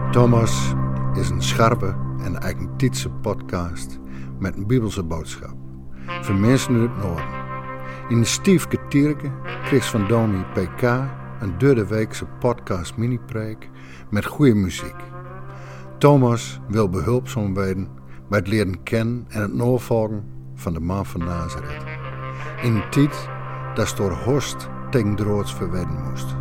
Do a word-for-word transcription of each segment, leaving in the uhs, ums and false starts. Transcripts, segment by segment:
Thomas is een scherpe en eigentietse podcast met een bibelse boodschap. Voor mensen uit het noorden. In de Stiefke Tierke kreeg van Domi P K een derde weekse podcast mini-preek met goede muziek. Thomas wil behulpzaam worden bij het leren kennen en het navolgen van de man van Nazareth. In een tijd dat ze door Horst tegen droods verwedden moest.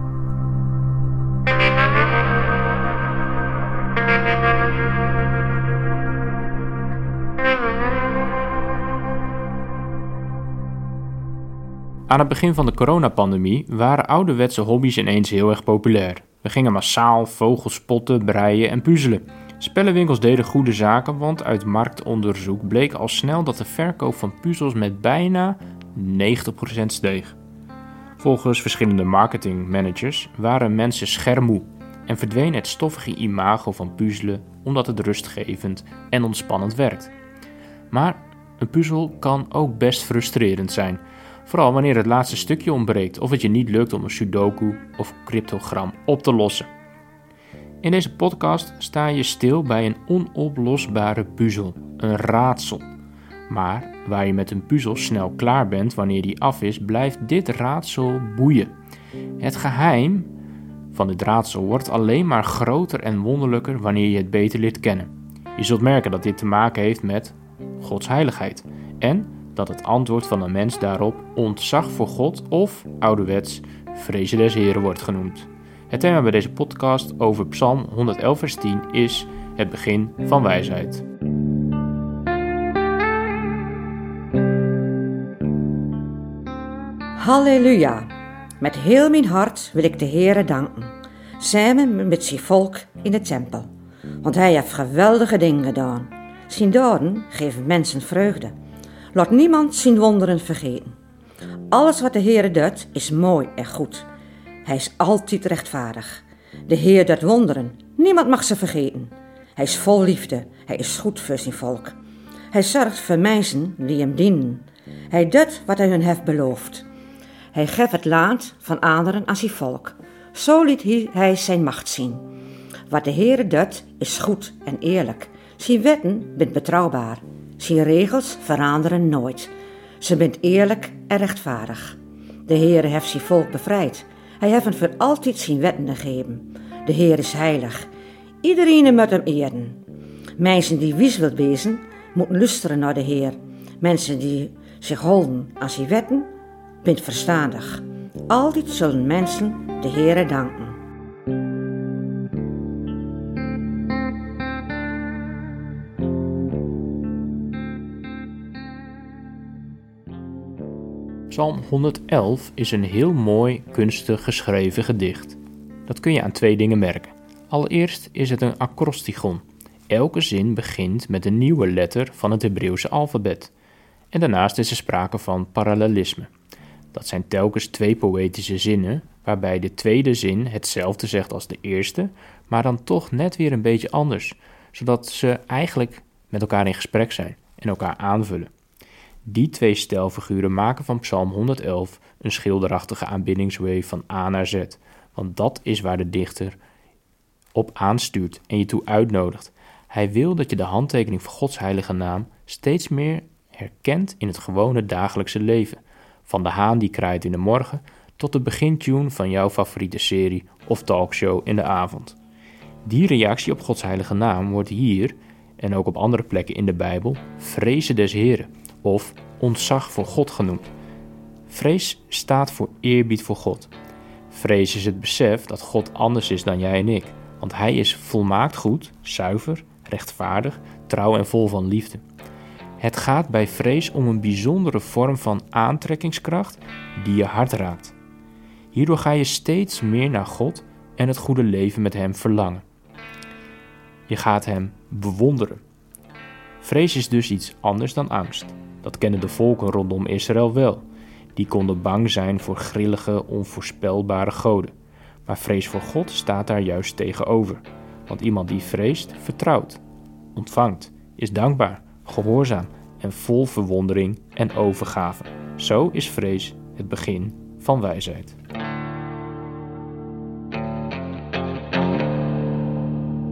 Aan het begin van de coronapandemie waren ouderwetse hobby's ineens heel erg populair. We gingen massaal vogels spotten, breien en puzzelen. Spellenwinkels deden goede zaken, want uit marktonderzoek bleek al snel dat de verkoop van puzzels met bijna negentig procent steeg. Volgens verschillende marketingmanagers waren mensen schermoe en verdween het stoffige imago van puzzelen omdat het rustgevend en ontspannend werkt. Maar een puzzel kan ook best frustrerend zijn. Vooral wanneer het laatste stukje ontbreekt of het je niet lukt om een sudoku of cryptogram op te lossen. In deze podcast sta je stil bij een onoplosbare puzzel, een raadsel. Maar waar je met een puzzel snel klaar bent wanneer die af is, blijft dit raadsel boeien. Het geheim van dit raadsel wordt alleen maar groter en wonderlijker wanneer je het beter leert kennen. Je zult merken dat dit te maken heeft met Gods heiligheid en dat het antwoord van een mens daarop ontzag voor God of, ouderwets, vrezen des Heren wordt genoemd. Het thema bij deze podcast over Psalm honderdelf vers tien is het begin van wijsheid. Halleluja! Met heel mijn hart wil ik de Heere danken, samen met zijn volk in de tempel. Want hij heeft geweldige dingen gedaan. Zijn daden geven mensen vreugde. Laat niemand zijn wonderen vergeten. Alles wat de Heere doet is mooi en goed. Hij is altijd rechtvaardig. De Heer doet wonderen. Niemand mag ze vergeten. Hij is vol liefde. Hij is goed voor zijn volk. Hij zorgt voor mensen die hem dienen. Hij doet wat hij hun heeft beloofd. Hij geeft het land van anderen aan zijn volk. Zo liet hij zijn macht zien. Wat de Heere doet is goed en eerlijk. Zijn wetten zijn betrouwbaar. Zijn regels veranderen nooit. Ze bent eerlijk en rechtvaardig. De Heere heeft zijn volk bevrijd. Hij heeft hem voor altijd zijn wetten gegeven. De Heer is heilig. Iedereen moet hem eren. Mensen die wies wilt wezen, moeten luisteren naar de Heer. Mensen die zich houden aan zijn wetten, bent verstandig. Altijd zullen mensen de Heere danken. Psalm honderdelf is een heel mooi, kunstig geschreven gedicht. Dat kun je aan twee dingen merken. Allereerst is het een acrostigon. Elke zin begint met een nieuwe letter van het Hebreeuwse alfabet. En daarnaast is er sprake van parallelisme. Dat zijn telkens twee poëtische zinnen, waarbij de tweede zin hetzelfde zegt als de eerste, maar dan toch net weer een beetje anders, zodat ze eigenlijk met elkaar in gesprek zijn en elkaar aanvullen. Die twee stijlfiguren maken van Psalm honderdelf een schilderachtige aanbiddingswee van A naar Z, want dat is waar de dichter op aanstuurt en je toe uitnodigt. Hij wil dat je de handtekening van Gods heilige naam steeds meer herkent in het gewone dagelijkse leven. Van de haan die kraait in de morgen tot de begintune van jouw favoriete serie of talkshow in de avond. Die reactie op Gods heilige naam wordt hier, en ook op andere plekken in de Bijbel, vrezen des Heren of ontzag voor God genoemd. Vrees staat voor eerbied voor God. Vrees is het besef dat God anders is dan jij en ik, want hij is volmaakt goed, zuiver, rechtvaardig, trouw en vol van liefde. Het gaat bij vrees om een bijzondere vorm van aantrekkingskracht die je hart raakt. Hierdoor ga je steeds meer naar God en het goede leven met hem verlangen. Je gaat hem bewonderen. Vrees is dus iets anders dan angst. Dat kennen de volken rondom Israël wel. Die konden bang zijn voor grillige, onvoorspelbare goden. Maar vrees voor God staat daar juist tegenover. Want iemand die vreest, vertrouwt, ontvangt, is dankbaar, gehoorzaam en vol verwondering en overgave. Zo is vrees het begin van wijsheid.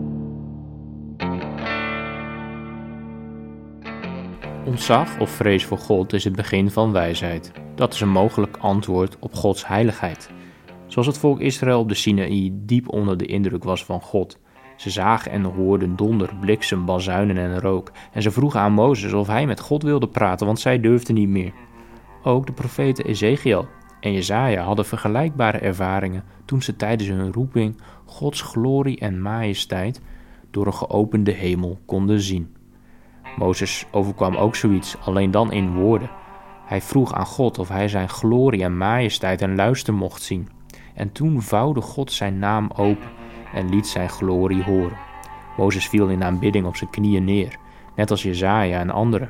Ontzag of vrees voor God is het begin van wijsheid. Dat is een mogelijk antwoord op Gods heiligheid. Zoals het volk Israël op de Sinaï diep onder de indruk was van God. Ze zagen en hoorden donder, bliksem, bazuinen en rook. En ze vroegen aan Mozes of hij met God wilde praten, want zij durfden niet meer. Ook de profeten Ezekiel en Jesaja hadden vergelijkbare ervaringen toen ze tijdens hun roeping Gods glorie en majesteit door een geopende hemel konden zien. Mozes overkwam ook zoiets, alleen dan in woorden. Hij vroeg aan God of hij zijn glorie en majesteit en luister mocht zien. En toen vouwde God zijn naam open en liet zijn glorie horen. Mozes viel in aanbidding op zijn knieën neer, net als Jesaja en anderen.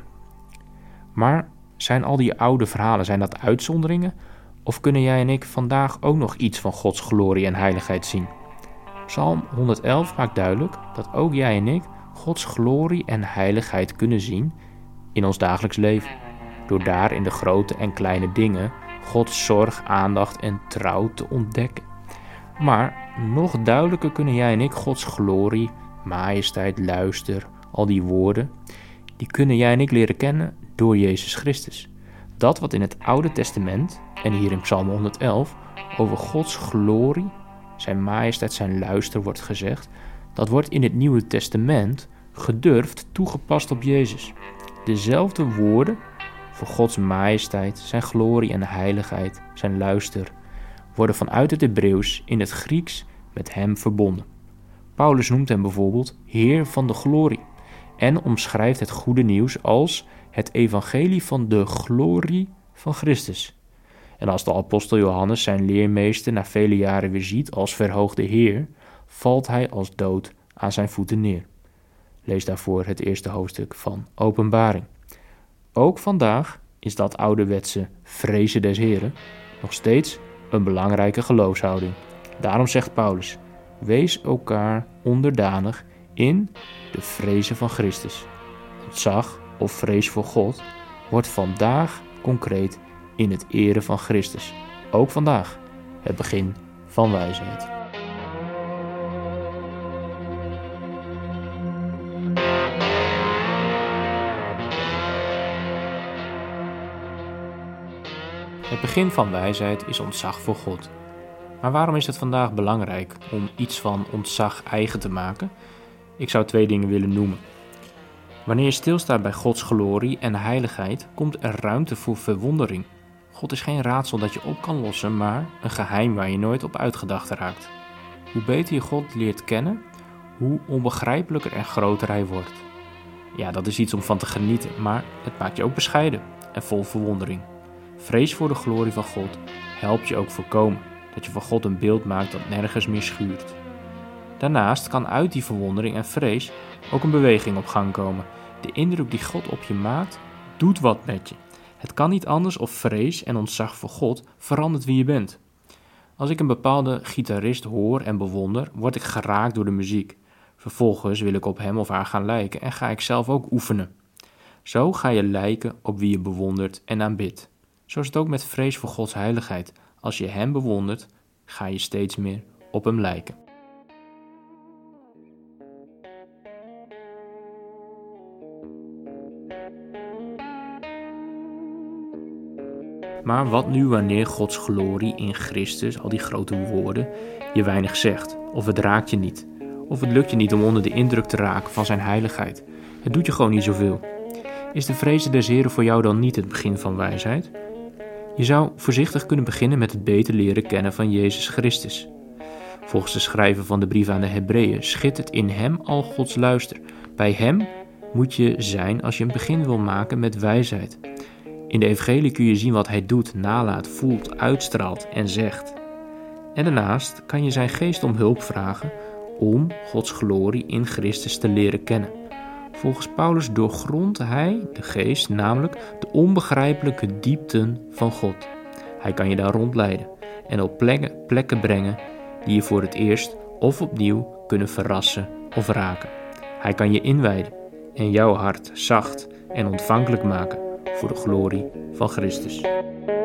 Maar zijn al die oude verhalen, zijn dat uitzonderingen? Of kunnen jij en ik vandaag ook nog iets van Gods glorie en heiligheid zien? Psalm honderdelf maakt duidelijk dat ook jij en ik Gods glorie en heiligheid kunnen zien in ons dagelijks leven. Door daar in de grote en kleine dingen Gods zorg, aandacht en trouw te ontdekken. Maar nog duidelijker kunnen jij en ik Gods glorie, majesteit, luister, al die woorden, die kunnen jij en ik leren kennen door Jezus Christus. Dat wat in het Oude Testament, en hier in Psalm honderdelf, over Gods glorie, zijn majesteit, zijn luister wordt gezegd, dat wordt in het Nieuwe Testament gedurfd toegepast op Jezus. Dezelfde woorden voor Gods majesteit, zijn glorie en heiligheid, zijn luister, worden vanuit het Hebreeuws in het Grieks met hem verbonden. Paulus noemt hem bijvoorbeeld Heer van de glorie en omschrijft het goede nieuws als het evangelie van de glorie van Christus. En als de apostel Johannes zijn leermeester na vele jaren weer ziet als verhoogde Heer, valt hij als dood aan zijn voeten neer. Lees daarvoor het eerste hoofdstuk van Openbaring. Ook vandaag is dat ouderwetse vrezen des Heren nog steeds een belangrijke geloofshouding. Daarom zegt Paulus, wees elkaar onderdanig in de vrezen van Christus. Ontzag of vrees voor God wordt vandaag concreet in het eren van Christus. Ook vandaag het begin van wijsheid. Het begin van wijsheid is ontzag voor God. Maar waarom is het vandaag belangrijk om iets van ontzag eigen te maken? Ik zou twee dingen willen noemen. Wanneer je stilstaat bij Gods glorie en heiligheid, komt er ruimte voor verwondering. God is geen raadsel dat je op kan lossen, maar een geheim waar je nooit op uitgedacht raakt. Hoe beter je God leert kennen, hoe onbegrijpelijker en groter hij wordt. Ja, dat is iets om van te genieten, maar het maakt je ook bescheiden en vol verwondering. Vrees voor de glorie van God helpt je ook voorkomen dat je van God een beeld maakt dat nergens meer schuurt. Daarnaast kan uit die verwondering en vrees ook een beweging op gang komen. De indruk die God op je maakt, doet wat met je. Het kan niet anders of vrees en ontzag voor God verandert wie je bent. Als ik een bepaalde gitarist hoor en bewonder, word ik geraakt door de muziek. Vervolgens wil ik op hem of haar gaan lijken en ga ik zelf ook oefenen. Zo ga je lijken op wie je bewondert en aanbidt. Zo is het ook met vrees voor Gods heiligheid. Als je hem bewondert, ga je steeds meer op hem lijken. Maar wat nu wanneer Gods glorie in Christus, al die grote woorden, je weinig zegt? Of het raakt je niet? Of het lukt je niet om onder de indruk te raken van zijn heiligheid? Het doet je gewoon niet zoveel. Is de vrezen des Heren voor jou dan niet het begin van wijsheid? Je zou voorzichtig kunnen beginnen met het beter leren kennen van Jezus Christus. Volgens de schrijver van de brief aan de Hebreeën schittert in hem al Gods luister. Bij hem moet je zijn als je een begin wil maken met wijsheid. In de evangelie kun je zien wat hij doet, nalaat, voelt, uitstraalt en zegt. En daarnaast kan je zijn geest om hulp vragen om Gods glorie in Christus te leren kennen. Volgens Paulus doorgrondt hij, de geest, namelijk de onbegrijpelijke diepten van God. Hij kan je daar rondleiden en op plekken, plekken brengen die je voor het eerst of opnieuw kunnen verrassen of raken. Hij kan je inwijden en jouw hart zacht en ontvankelijk maken voor de glorie van Christus.